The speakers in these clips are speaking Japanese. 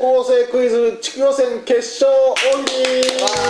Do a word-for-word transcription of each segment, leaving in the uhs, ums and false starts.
校生クイズ地区予選決勝大喜利。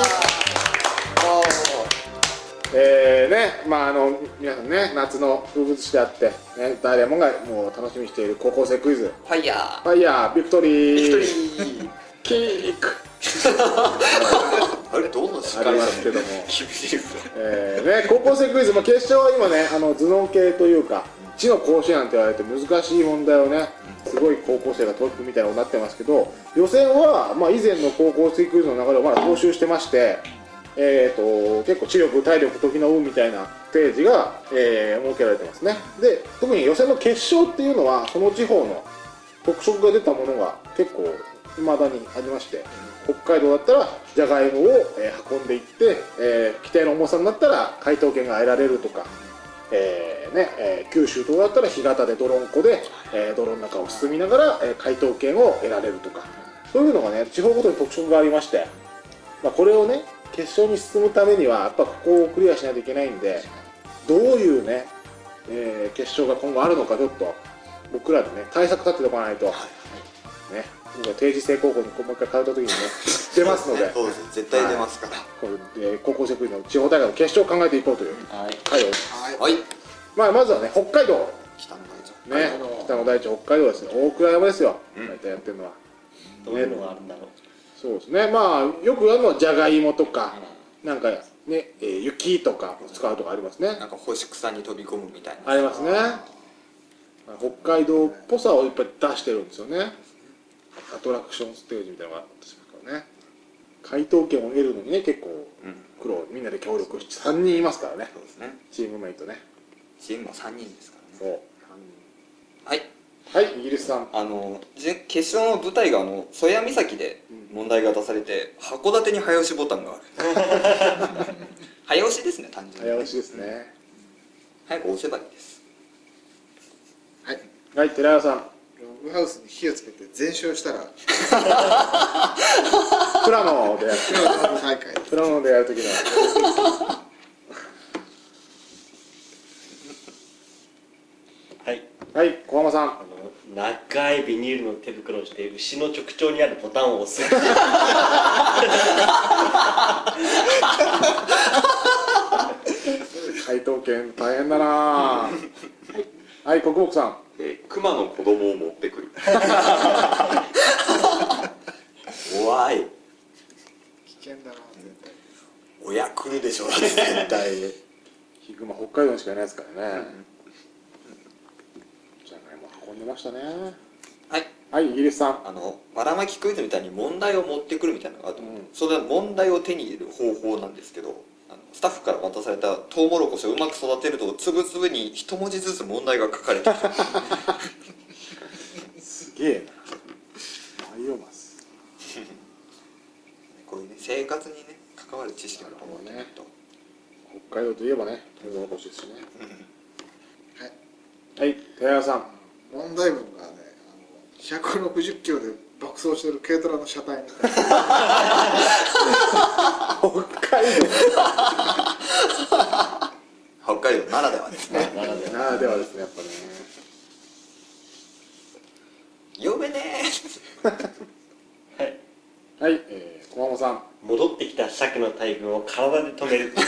えーね、まああの皆さんね、夏の風物詩であって、ね、誰もがもう楽しみにしている高校生クイズ。 ファイヤーファイヤービクトリービクトリーキックあれどんなありますけども、 厳しいですよ。 えーね、高校生クイズ、まあ、決勝は今ね、あの頭脳系というか知の甲子園なんて言われて難しい問題をね、すごい高校生が解くみたいなのになってますけど、予選は、まあ、以前の高校生クイズの流れをまだ踏襲してまして、えー、と結構知力体力時の運みたいなステージが、えー設けられてますね。で特に予選の決勝っていうのはその地方の特色が出たものが結構未だにありまして、北海道だったらじゃがいもを、えー運んでいって、えー規定の重さになったら解答権が得られるとか、えーねえー九州とかだったら干潟で泥んこで、えー泥の中を進みながら、えー解答権を得られるとか、そういうのがね地方ごとに特色がありまして、まあ、これをね決勝に進むためにはやっぱここをクリアしないといけないんで、どういうね、えー決勝が今後あるのかちょっと僕らでね対策立てておかないと、ね、僕が定時制高校にもう一回通った時にね出ますのでそうです、絶対出ますから。 これで高校生クイズの地方大会の決勝を考えていこうという会を、 はい。 まあ、まずはね北海道北の大地。 ね、北の大地北海道ですね、大倉山ですよ、 うん大体やってるのは。 どういうのがあるんだろう。 そうですね、まあよくやるのはじゃがいもとか、なんかね、えー雪とか使うとかありますね。 なんか干し草に飛び込むみたいな。 ありますね。北海道っぽさをいっぱい出してるんですよね。アトラクションステージみたいなのがあったりしますからね。回答権を得るのにね結構苦労、みんなで協力してさんにんいますからね、 そうですね。 チームメイトね。 チームもさんにんですからそうね。はい。 はい、イギリスさん。 あのじ決勝の舞台があの曽谷岬で問題が出されて、函館に早押しボタンがある。早押しですね、単純に。 早押しですね。 早く押せばいいです。 はい、 はい、寺山さん。 ログハウスに火をつけて全焼したらプラノでやるプロ大会です。 プラノでやるときのはい。 はい小浜さん。 あの長いビニールの手袋をして牛の直腸にあるボタンを押す。 回答権大変だなぁ。はい、国木さん。 えー、熊の子供を持ってくる。 怖い。 危険だな絶対。 親来るでしょうね、絶対。 ヒグマ北海道にしかいないですからね。じゃがいも運んでましたね。 はい。 はいイギリスさん。 あのばらまきクイズみたいに問題を持ってくるみたいなのがあると思う、 うんそれは問題を手に入れる方法なんですけど、あのスタッフから渡されたトウモロコシをうまく育てると粒々に一文字ずつ問題が書かれてる。 すげえな。バイオマス。 こういうね生活にね関わる知識のと思うねと。 北海道といえばねトウモロコシですしね。 はい、 はい寺山さん。 問題文がね、あのひゃくろくじゅっキロで爆走してる軽トラの車体みたいな。 北海道北海道ならではですね。 ならでは。 ならではですねやっぱね。 読めねはい。 はい、えー、小浜さん。 戻ってきた鮭の大群を体で止める。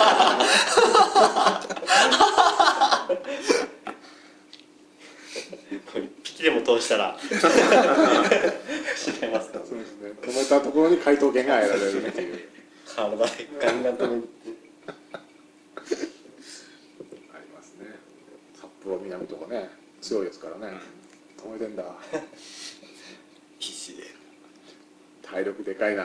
これ一匹でも通したら死ねますから。 そうですね。止めたところに回答権が得られるっていう。 体でガンガン止める。 ありますね。札幌南とかね強いですからね。止めてんだ。 え。必死で。 体力でかいな。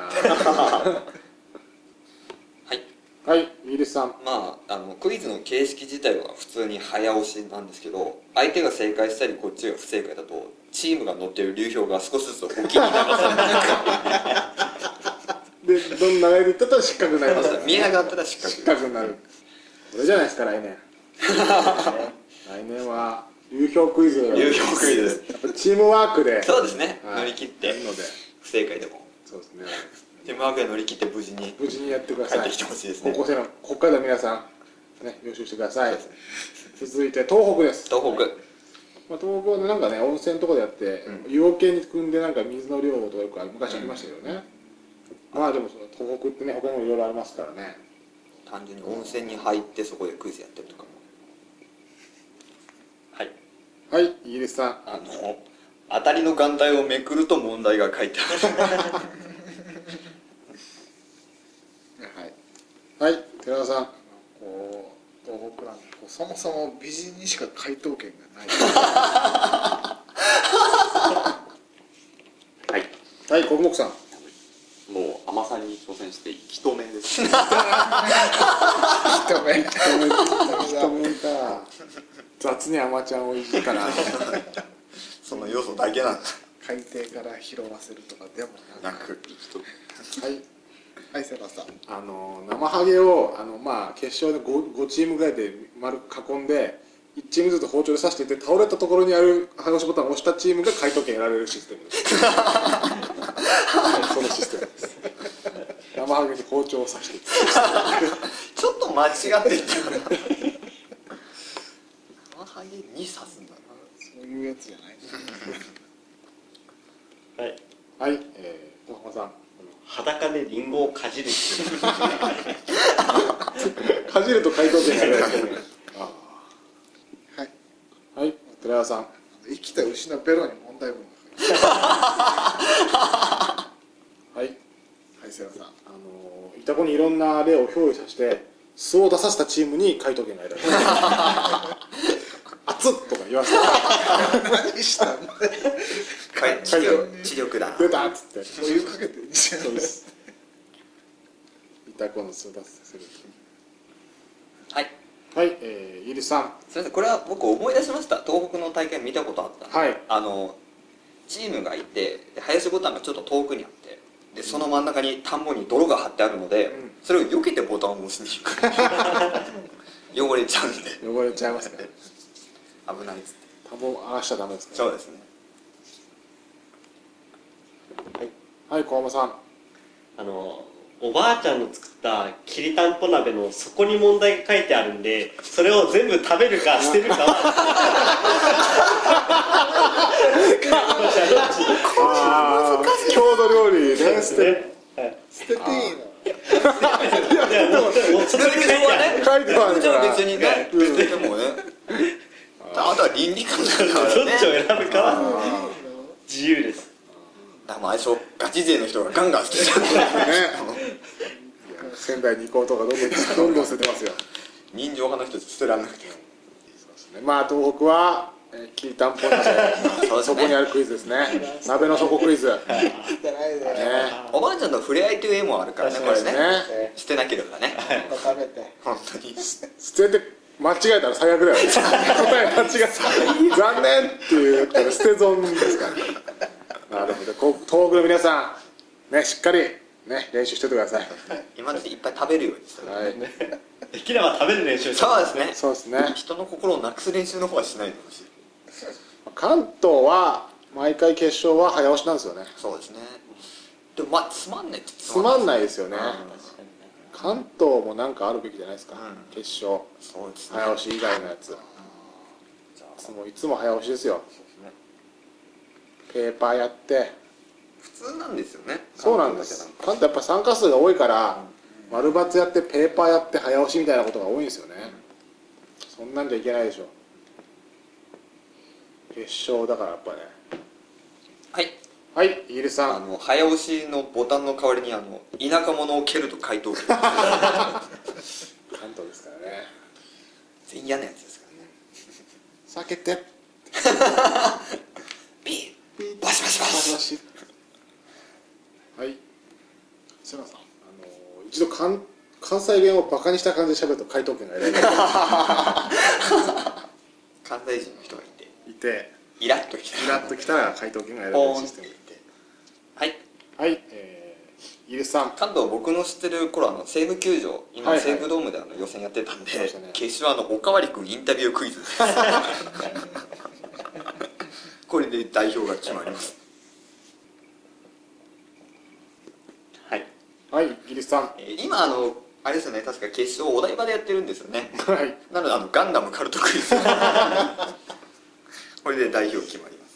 はい。 はいイギリスさん。 まあ、あのクイズの形式自体は普通に早押しなんですけど、相手が正解したりこっちが不正解だとチームが乗ってる流氷が少しずつ沖に流されてでどんな流れでいったら失格になります。 見上がったら失失格。 格になる。これじゃないですか来年。来年は流氷クイズ。 流氷クイズです。 やっぱチームワークで。 そうですね、 はい乗り切ってやるので。 不正解でもそうですね。 チームワークで乗り切って無事に無事にやってください。 帰ってきてほしいですね。 高校生の北海道の皆さんね予習してください。続いて東北です。 東北、 まあ、東北はなんかね温泉とかでやって、 うん湯桶に汲んでなんか水の量とかよく昔ありましたけどね、まあでもその東北ってね他にもいろいろありますからね。 単純に温泉に入ってそこでクイズやってるとかも。はい。 はい、イギリスさん。 あの当たりの眼帯をめくると問題が書いてあはい、寺田さん。 こう東北なんでこうそもそも美人にしか回答権がないはいはい、国木さん。 もう甘さに挑戦して息止めです一目一目人か雑にアマちゃんをいじったなその要素だけなんだ。 海底から拾わせるとかでもなくなくはいはいセバさんあの生ハゲをあの、まあ、決勝で 5, 5チームぐらいで丸く囲んでいちチームずつ包丁で刺していって倒れたところにある早押しボタンを押したチームが回答権得られるシステムですそのシステムです生ハゲに包丁を刺していくちょっと間違ってる生ハゲに刺すんだな。 そういうやつじゃないはいはい、えー、小浜さん。 裸でリンゴをかじるっていうかじると回答権が得られるあはいはい、寺田さん。 生きた牛のベロに問題文が書いてはい、 はいセバさんあのイタコにいろんな例を表現させて素を出させたチームに回答権が得られる熱っとか言わせて何したんだよ知力知力だ。 出たっつってお湯かけてんじゃんそうですイタコの素を出させるはい。 はい、えー、イギリスさん。 すみません、これは僕思い出しました。東北の大会見たことあったんで、 はいあのチームがいてで林ボタンがちょっと遠くにあってでその真ん中に田んぼに泥が張ってあるので、 うん、 それを避けてボタンを押しに行く汚れちゃうんで汚れちゃいますね危ないっつって。 田んぼ荒らしちゃダメですね。 そうですね。 はい、小浜さん。 あのおばあちゃんの作ったきりたんぽ鍋の底に問題が書いてあるんでそれを全部食べるか捨てるかはあー郷土料理ね、捨てる捨てていいのいやもうそれで書いてある書いてあるから別にね、 うんでもねあとは倫理観だからね。 どっちを選ぶかは自由です。 だからもうあれでしょ、ガチ勢の人がガンガン捨てちゃうね仙台に行こうとかどんどんどんどん捨ててますよ。 人情派の人捨てられなくて。 そうですね。まあ東北はえーきりたんぽ鍋そこにあるクイズですね。鍋の底クイズ。ね。 捨てないでおばあちゃんの触れ合いという絵もあるからね、これね。 ね捨てなければね。 食べて本当に。 捨てて間違えたら最悪だよね。答え間違えた残念っていうこれ捨て損ですからね。なるほど。こう東北の皆さんねしっかりね練習しててください。 今のうちいっぱい食べるようにして。 はい。 できれば食べる練習をしてそうですね。 そうですね。 人の心をなくす練習の方はしないでほしい。 関東は毎回決勝は早押しなんですよね。 そうですね。でもまあつまんないってつまんないですよね。 うん関東もなんかあるべきじゃないですか。 うん決勝そうですね。 早押し以外のやつ。いつもいつも早押しですよ。ペーパーやって普通なんですよね。 そうなんです関東やっぱ参加数が多いから丸×やってペーパーやって早押しみたいなことが多いんですよね。そんなんじゃいけないでしょ。決勝だからやっぱね。 はい。 はいイギリスさん。 あの早押しのボタンの代わりにあの田舎者を蹴ると回答権。 関東ですからね。 全員嫌なやつですからね。 避けてピーバシバシバシ。 はいセバさんあの一度関関西弁をバカにした感じで喋ると回答権が得られる関西人の人がいていてイラッときたイラッときたら回答権が得られるシステム。 はい。 はい、えー、イギリスさん。 関東僕の知ってる頃あの西武球場今、 はいはい西武ドームであの予選やってたんで、 そうでしたね決勝あのおかわりくんインタビュークイズですこれで代表が決まります。 はいはいイギリスさん。 えー今あのあれですよね、確か決勝お台場でやってるんですよね。 はいなのであのガンダムカルトクイズこれで代表決まります。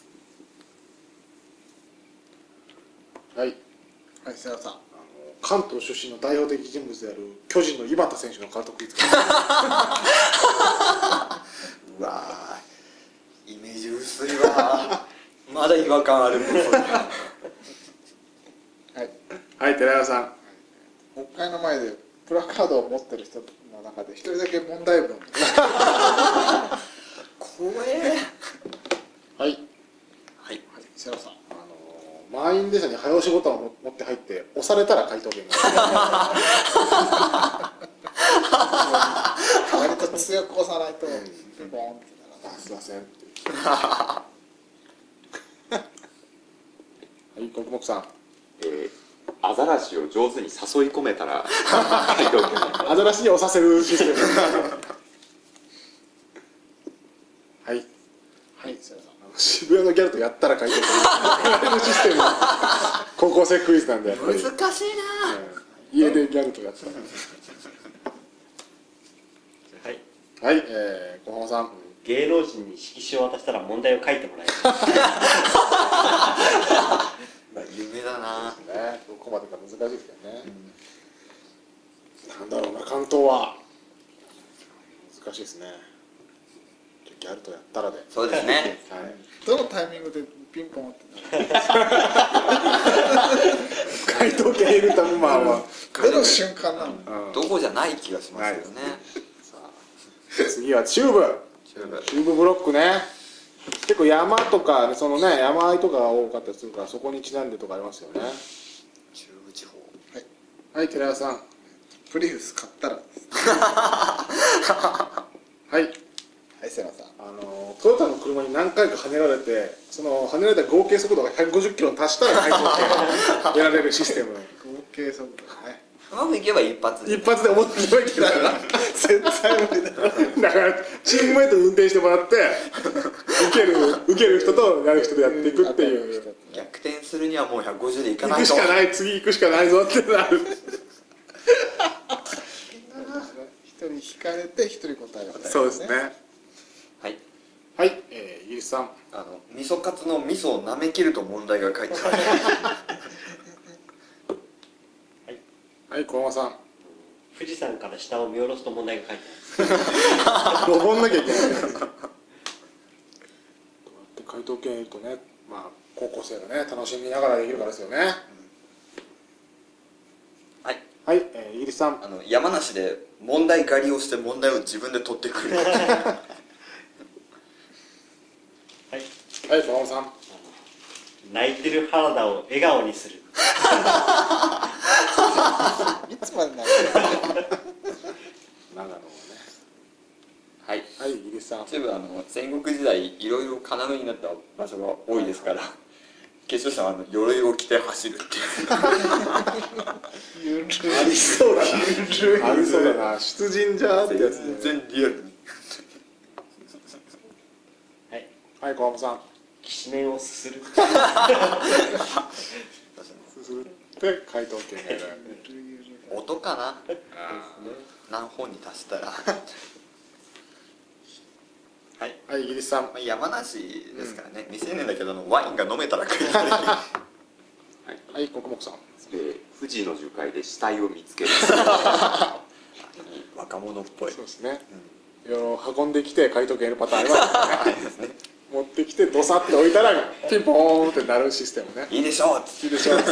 はい、 はい、瀬田さん。 関東出身の代表的人物である巨人の井端選手の監督いつかうわー、イメージ薄いわーまだ違和感あるもんそれはい。 はい寺山さん。 国会の前でプラカードを持ってる人の中で一人だけ問題文。 怖え。 はい、 はいはい、瀬田さん。 あのー、満員電車に早押しボタンを持って入って押されたら回答権が割と強く押さないと、ピンポーンってならない。 あすいませんってはい国木さん。 えーアザラシを上手に誘い込めたら回答権。 アザラシに押させるシステムはいはい、瀬田さん。 渋谷のギャルとやったら回答権がるシステム高校生クイズなんでやっぱり、 難しいなー、 うん家でギャルとやったらはい、 はい、えー、小浜さん。 芸能人に色紙を渡したら問題を書いてもらえる夢だな。 ね、どこまでか難しいですけどね、うん、なんだろうな関東は難しいですね。ギャルとやったらで、 そうですね。 はい、 どのタイミングでピンポンってなる？ 回答権得るためまあまあ、 どの瞬間なの？ うん、 どこじゃない気がしますよね。 さあ次は中部中部中部ブロックね。結構山とか、ね、そのね山あいとかが多かったりするからそこにちなんでとかありますよね。 中部地方。 はい寺田さん。 プリウス買ったらです。 はいはい、瀬田さん。 あのトヨタの車に何回か跳ねられてその跳ねられた合計速度がひゃくごじゅっキロに達したら回答権得られるシステム。 合計速度ね。 うまくいけば一発で。 一発で思ってけばいけないから絶対無理だだからチームメイトに運転してもらって受ける受ける人とやる人でやっていくっていう。 逆転するにはもうひゃくごじゅうでいかな行いと。 くしかない次行くしかないぞってなる一人引かれて一人答える。 そうですね。 はい。 はい、えー、イギリスさん。 あの味噌カツの味噌を舐め切ると問題が書いてある。 はい小浜さん。 富士山から下を見下ろすと問題が書いて登んなきゃいけないどうやって回答権得るとね、まあ高校生がね楽しみながらできるからですよね。 はい。 はい、えー、イギリスさん。 あの山梨で問題狩りをして問題を自分で取ってくる。 あるはいはい小浜さん。 泣いてる原田を笑顔にする。 いつまでなる？ 長野はね。 はい。 はいイギリスさん。 全部あの戦国時代いろいろ要になった場所が多いですから、決勝戦はあの鎧を着て走るっていう。 ありそうだな。ありそうだな。出陣じゃーってやつね。 全然リアルに。 はいはい小浜さん。 きしめんをすする。 すすって回答権が得られる。 音かな。何本に足したら。はい。 はいイギリスさん。 まあ山梨ですからね、未成年だけどあのワインが飲めたら食いたい。 はい国木さん。 えー富士の樹海で死体を見つける。 若者っぽい。 そうですね。いろいろ運んできて回答権得るパターンありますよね。持ってきてドサって置いたらピンポーンってなるシステムね。 いいでしょうっつって。 いいでしょうっつって。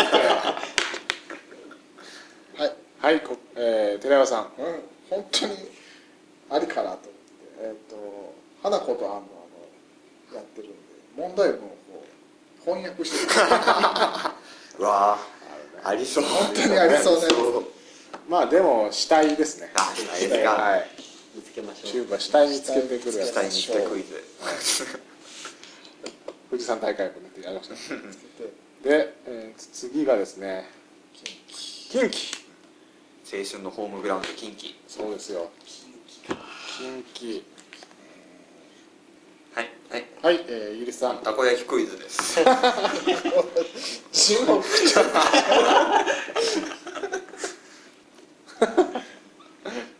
はい。 はいこ、えー、寺山さん。 うん、本当にありかなと思って、えっ、と花子とアンのあのやってるんで問題文をこう翻訳してる。 うわー、ありそう。 本当にありそうなやつ。 まあでも死体ですね。 あ、死体ですか。 はい。 見つけましょチューブは死体見つけてくるやつ。 死体にしてクイズ。 富士山大会もねやりましたね。で、えー、次がですね近畿。 青春のホームグラウンド近畿。 そうですよ。近畿。 はいはい。 はい、えー、イギリスさん。 たこ焼きクイズです。 中国ちゃん。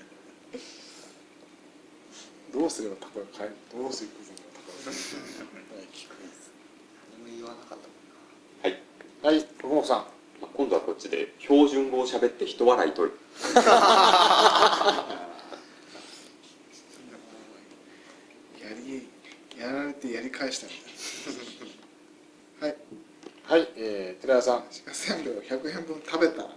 どうすればたこ焼き買えどうすればたこ焼き木さん。 まあ、今度はこっちで標準語を喋って人笑い取る。 やりやられてやり返したみたいな。はい。 はい、えー、寺田さん。 鹿せんべいをひゃくえんぶん食べた。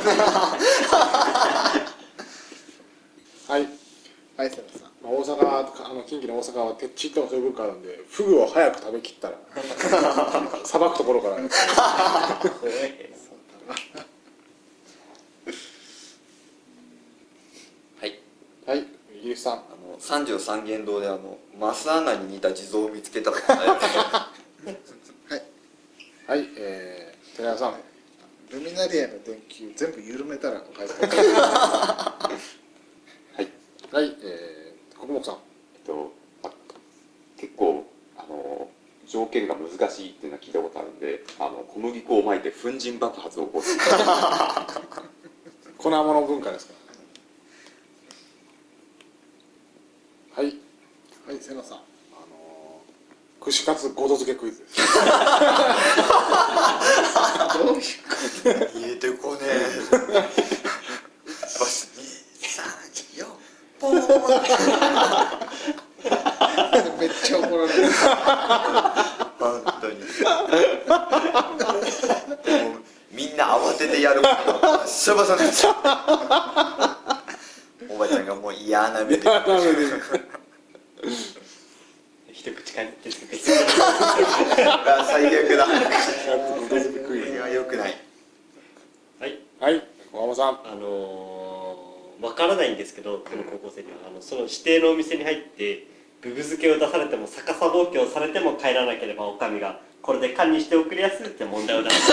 はい。 はい、瀬野さん。 まあ、大阪、あの近畿の大阪は鉄チとかそういう文化あるんで、フグを早く食べきったらさばくところからね。 はいはい、イギリスさん。 あの三条三間堂であのマスアナに似た地蔵を見つけたことないですか？ はい、えー、寺田さん。 ルミナリアの電球全部緩めたら返す。 はいはい、えー、国木さん。 えっと、まあ、結構あの条件が難しいっていうのは聞いたことあるんで、あの小麦粉をまいて粉塵爆発を起こす。 粉物文化ですか。はい、 はい、瀬野さん。 あのー、串カツごど漬けクイズです。 どういう見えてこねえ。バスにさんよんポーン。 めっちゃ怒られる。 本当に。もうみんな慌ててやるからシャバさんです。おばちゃんがもう嫌な目で。 一口かじって作ってあ最悪だ。 ごど漬けクイズ。 これは良くない。 はい。 はい、小浜さん。 あのー、わからないんですけど、この高校生にはあのその指定のお店に入ってブブ漬けを出されても逆さぼうきをされても帰らなければおかみがこれで管理しておくれやすって問題を出して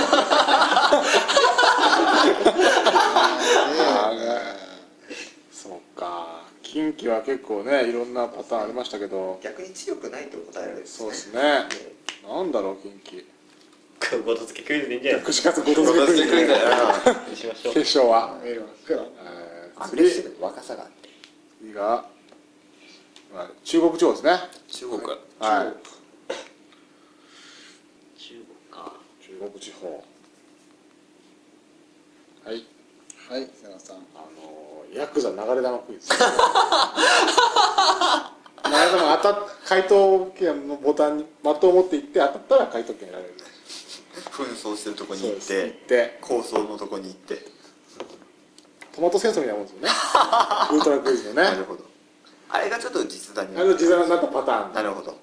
そうか、近畿は結構ね、いろんなパターンありましたけど。 逆に強くないと答えられるんですね。 そうですね。なんだろう、近畿。 ごど漬けクイズでいいんじゃないです串カツごど漬けクイズ。 ごど漬けクイズだよかにしましょう。 決勝は。 メールはクラえーアグレッシブな若さがあって。 次が、まあ、中国地方ですね。 中国ははい。 中国か。 中国地方。はい。 はい、瀬野さん。 あのー、ヤクザ流れ弾クイズ。流れ弾当たっ回答権のボタンに的を持っていって当たったら回答権得られる。 紛争してるとこに行っそうです。行てって構想のとこに行って。 トマト戦争みたいなもんですよね。ウルトラクイズのね。 なるほど。あれがちょっと実弾にあの実際になったパターン。 なるほど。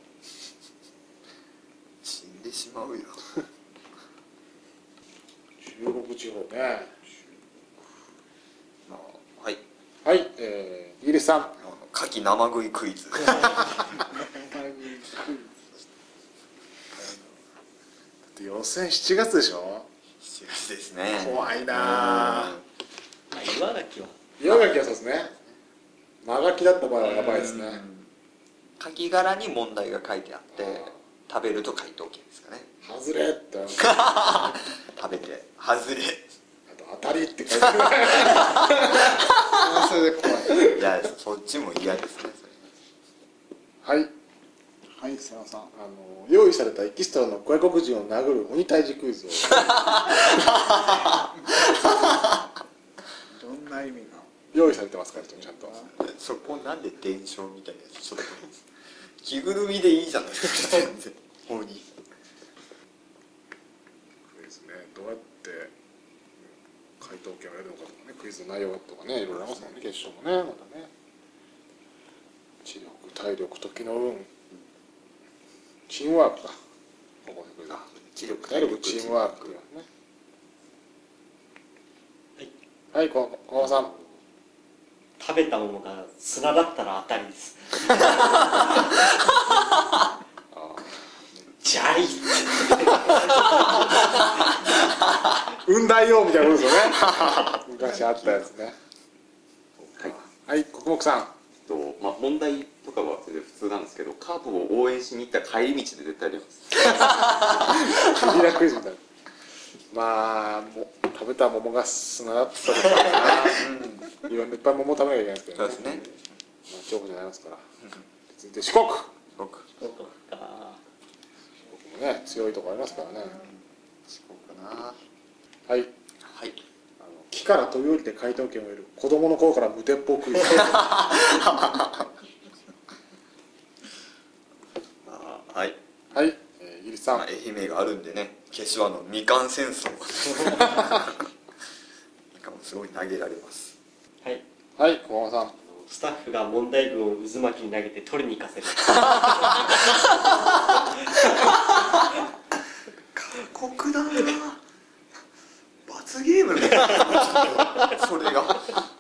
死んでしまうよ。 中国地方ね。 はい。 はい、えー、イギリスさん。 牡蠣生食いクイズ。 だって予選しちがつでしょ。 しがつですね。 怖いなあ。 あ、岩垣は岩垣はそうですね。間垣だった場合はやばいですね。 牡蠣殻に問題が書いてあって食べると回答権ですかね。 外れってあの食べて外れ。 あと当たりって書いてある。 それで怖い。 いやそっちも嫌ですね。それはい。 はい、瀬野さん。 あの用意されたエキストラの外国人を殴る鬼退治クイズを。 どんな意味が。 用意されてますからちゃんと。 そこなんで伝承みたいなやつちょっと着ぐるみでいいじゃないですか。全然鬼。 クイズね、どうやって回答権を得るのかとかね、クイズの内容とかね、いろいろありますもんね、決勝もね、またね。知力、体力、時の運、チームワークか。ここでクイズ。 知力体力、チームワークね。はい、こ小浜さん。 食べたものが砂だったら当たりです。ジャリ雲大王みたいなことですよね。昔あったやつね。 はい、 はい、国木さん。 とまあ、問題とかはそれで普通なんですけど、カープを応援しに行った帰り道で絶対出ます。 ゲリラクイズみたいな。まあも食べた桃が砂だったですからな。いろんないっぱい桃食べなきゃいけないですけどね。 そうですね。 まあ情報じゃないますから。続いて四国。 僕そうか。 四国もね強いところありますからね。 四国かな。 はい、 はいあの木から飛び降りて回答権を得る子供の頃から無鉄砲クイズあーはい、 はい、えー、イギリスさん、 まあ、愛媛があるんでね、決勝はあのみかん戦争みかんもすごい投げられます。 はいはい小浜さん、 スタッフが問題文を渦巻きに投げて取りに行かせる過酷だな、罰ゲームみたいなそれが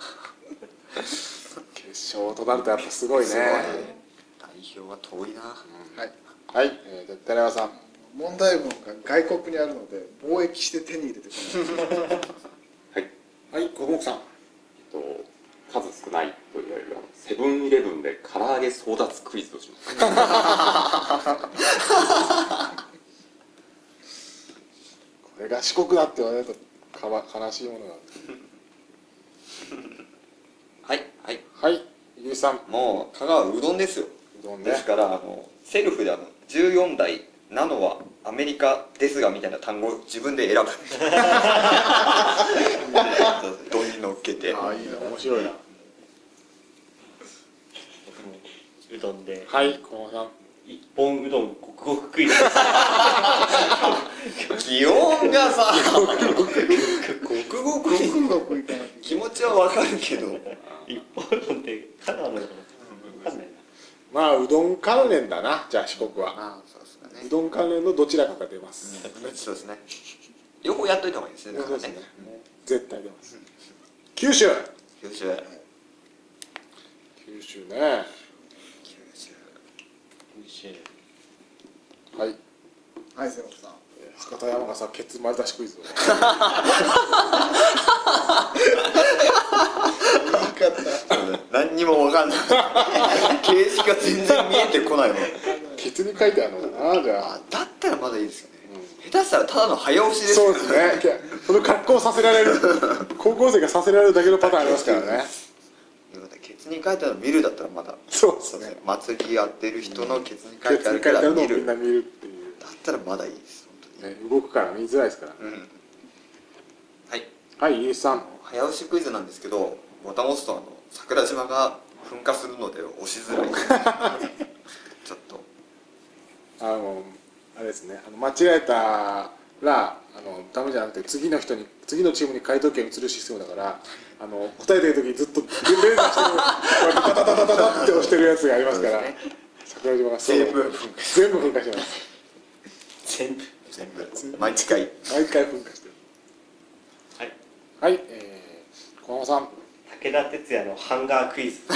決勝となるとやっぱすごいね。 すごいね、代表は遠いな。 はいはい、えー、じゃあ寺山さん、 問題文が外国にあるので貿易して手に入れてこないはい、 はい小久保さん、 えっと数少ないと言われるあのセブンイレブンで唐揚げ争奪クイズをしますこれが四国だって言われるとかわ悲しいものがはいはい、 はいイギリスさん、 もう香川うどんですよ。 うどんねですからあのセルフであのじゅうよん代なのはアメリカですがみたいな単語を自分で選ぶうどんに乗っけて、 ああいいな、面白いな。 うどんではい小浜さん、 一本うどんごくごくクイズ気温がさごくごくごくごくいかない気持ちはわかるけど一本うどんって香川のうどんわかんないな。 まあうどん関連だな。じゃあ四国はああそうですかね、 うどん関連のどちらかが出ます。 そうですね、両方やっといた方がいいですね。だからねそうですね、絶対出ます。九州、 九州九州ね、 九州はい、 はい瀬本さんえー博多山笠ケツ丸出しクイズを言い方何にもわかんない形式が全然見えてこないのケツに書いてあるのかな。じゃああだったらまだいいですよね、下手したらただの早押しですそうですね、いやその格好をさせられる高校生がさせられるだけのパターンありますからね。 ケツに書いてあるの見るだったらまだそうですね、 祭りやってる人のケツに書ケツいてあるからに書いてあるのを見るだみんな見るっていう、 ったらまだいいです本ね、動くから見づらいですから。 当に、うん、はいはいイギリスさん、 早押しクイズなんですけど、ボタンを押すとあの桜島が噴火するので押しづらいちょっとあのあれですね、あの間違えたらあのダメじゃなくて次の人に次のチームに回答権移るシステムだから、あの答えてる時にずっと連打してるこうやってタタタタタタって押してるやつがありますから、 そうですね、 桜島がそう全部噴火全部噴火してます。 全部全部毎回毎回噴火してる。 はいはい、えー、小浜さん、 武田鉄矢のハンガークイズが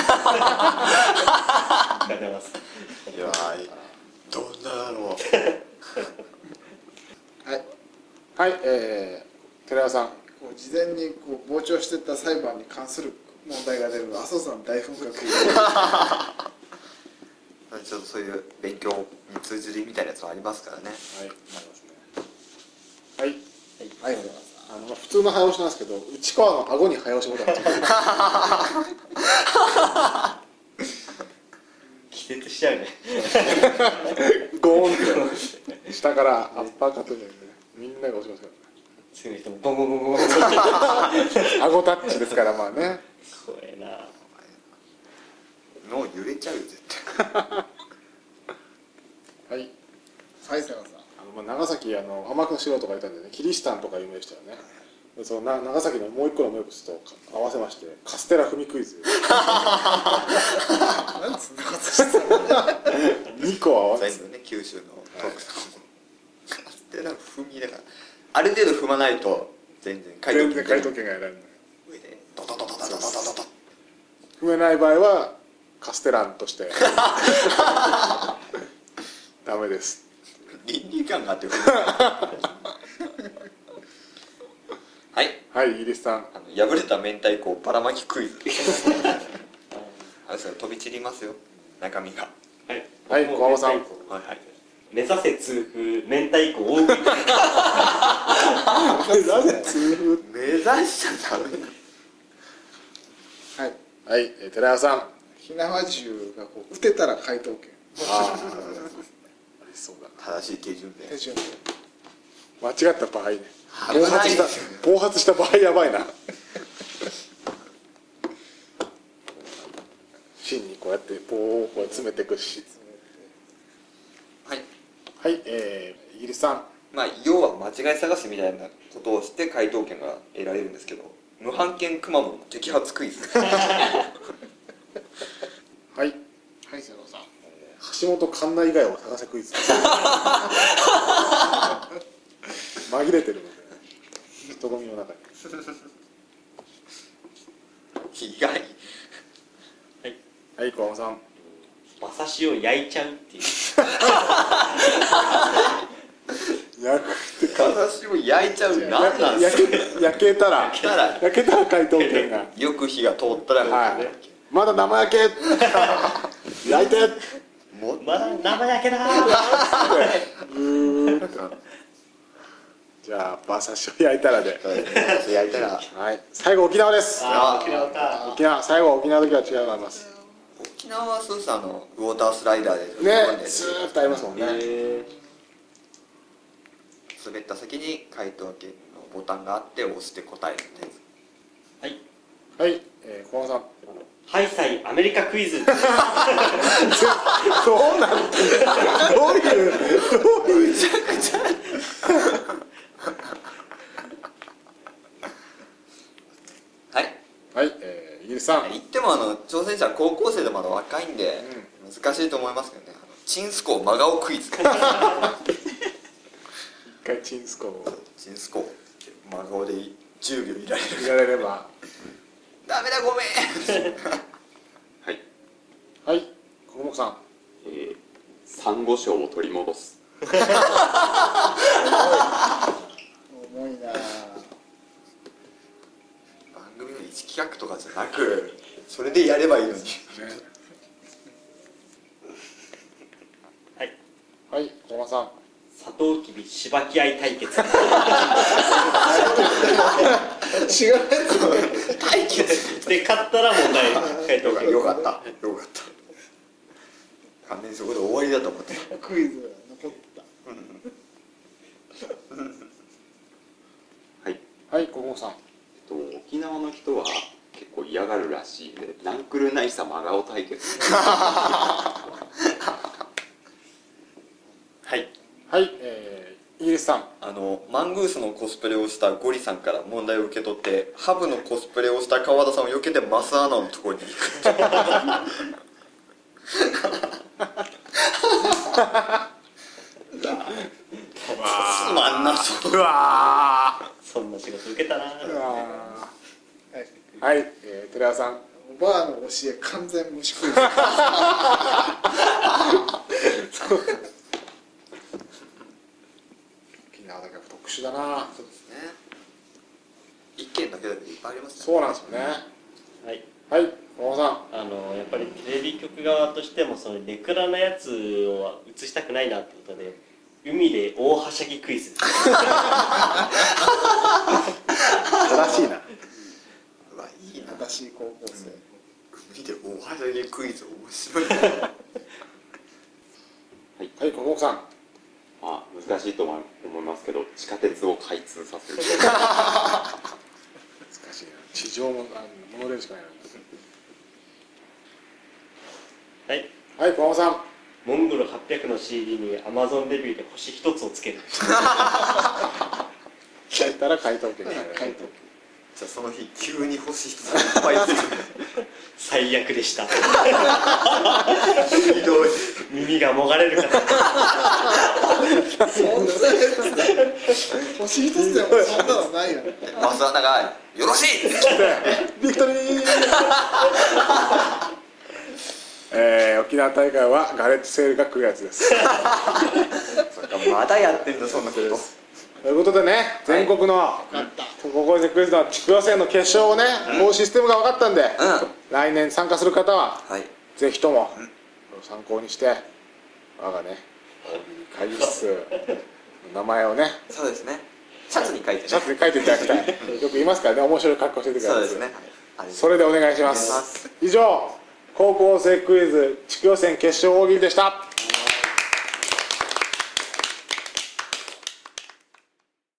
出ます。 いやーどんなだろうはいはい、えー、寺山さん、 こう事前にこう膨張してった裁判に関する問題が出る阿蘇山大噴火クイズちょっとそういう勉強に通じるみたいなやつはありますからね。 はい、ありますね。はい、 はい瀬本さあの普通の早押しなんですけど、内川の顎に早押しボタンがついてる。 気絶しちゃうね。 ゴーンって下からアッパーカットじゃなくて、みんなが押しますからね。 すぐ人もゴンゴンゴンゴンゴン顎タッチですから、まあね。 怖えな。 脳揺れちゃうよ絶対はい、 んはい瀬本さんあのまあ長崎あの天草四郎とかいたんでね、キリシタンとか有名でしたよね。でそのな長崎のもう一個の名物と合わせましてカステラ踏みクイズなんでそんなことしてたのにこ合わせて全部ね九州の特産カステラ踏みだからある程度踏まないと全然回答全然回答権が得られない。 上でドドドドドドドドド踏めない場合はカステランとしてダメです。 倫理観があって踏めないはいはいイギリスさん、 あの破れた明太子ばらまきクイズあれですよ飛び散りますよ中身がはいはい小浜さん、 はいはい目指せ痛風明太子大食い。 なぜ痛風。 目指しちゃダメはいはいえー寺山さん、 火縄銃がこう撃てたら回答権あありそうだ。 正しい手順で手順で間違った場合ね。 暴発した暴発した場合やばいな。芯にこうやって棒をこう詰めていくし。 はい。 はい、えー、イギリスさん。 まあ要は間違い探しみたいなことをして回答権が得られるんですけど、無版権くまモンの摘発クイズ。 はい、 はい瀬野さん。 橋本環奈以外を探せクイズ。紛れてるので、人混みの中に。 意外。 はい、小浜さん。 馬刺しを焼いちゃうっていう。 焼くってか。 私を焼いちゃう。何なんですか。 焼け焼けたら焼けたら焼けたら回答権が。 よく火が通ったら、 はい。まだ生焼け。焼いて。 もまだ生焼けだー。 うーん。じゃあ馬刺しを焼いたらで。 焼いたら。 はい。最後沖縄です。 あー沖縄か。 沖縄、最後沖縄の時は違うと思います。 沖縄はそうです、あのウォータースライダーでね、スーッとありますもんね。 滑った先に回答権のボタンがあって押して答えるみたいな。 はい。 はい、えー、小浜さん。 ハイサイアメリカクイズ。 そうなんだ。どういう、どういう。めちゃくちゃ。 はい。 はい、えー、イギリスさん。 言ってもあの挑戦者は高校生でまだ若いんで、うん、難しいと思いますけどね。あのチンスコー真顔クイズ。 一回チンスコをチンスコー真顔でじゅうびょういられる。 見られれば。 ダメだごめん。 はい、 はい、国木さん。 えー、サンゴ礁を取り戻す。 重いな。 番組の一企画とかじゃなく、それでやればいいのに。 はい。 はい、小浜さん。 サトウキビしばき合い対決。 違う対決で勝ったら問題回答権。 よかったよかった。完全にそこで終わりだと思って。 クイズ残った。 はい、 はい、国木さん。 えっと、沖縄の人は結構嫌がるらしいんで、ナンクルナイサ真顔対決。 はい。 はい、えー、イギリスさん。 あのマングースのコスプレをしたゴリさんから問題を受け取って、ハブのコスプレをした川田さんを避けてマスアナのところに行く。つまんなそう。 うわそんな仕事受けたな。 ー。うわはい。 ー。はい、えー、寺田さん。 おばあの教え完全無視クイズ。 沖縄だけは特殊だな。 そうですね。一件だけだけどいっぱいありますね。 そうなんですよね。 はい。 はい、小浜さあのやっぱりテレビ局側としてもそのネクラなやつを映したくないなってことで、海で大はしゃぎクイズ。 ん。正しいな。 うわいいな。 正しい高校生。 海で大はしゃぎクイズ面白い。 はい、国木さん。 まあ、難しいと思いますけど、地下鉄を開通させる。 難しいな。地上のあのモノレールしかないな。 はい。 はい、小浜さん。 モンゴルはっぴゃくの シーディー に Amazon レビューで星一つをつける。 書いたら回答権がある。 回答。 じゃあその日急に星一ついっぱいつく。 最悪でした。 ひどい。 耳がもがれるから。 そんな星一つでもそんなのないよね。 マスアナがよろしい。 ビクトリー。えー、沖縄大会はガレットセールが来るやつです。 そっかまだやってんだそんなこと。 ということでね、全国の高校生クイズの地区予選の決勝をね、もうシステムが分かったんで、 うん来年参加する方ははい。 ぜひとも参考にして我がね会議室の名前をねそうですね。シャツに書いてね。 シャツに書いていただきたい。よく言いますからね、面白い格好しててください。 そうですね。はい。 それでお願いしまお願いしますす。以上、高校生クイズ地区予選決勝大喜利でした。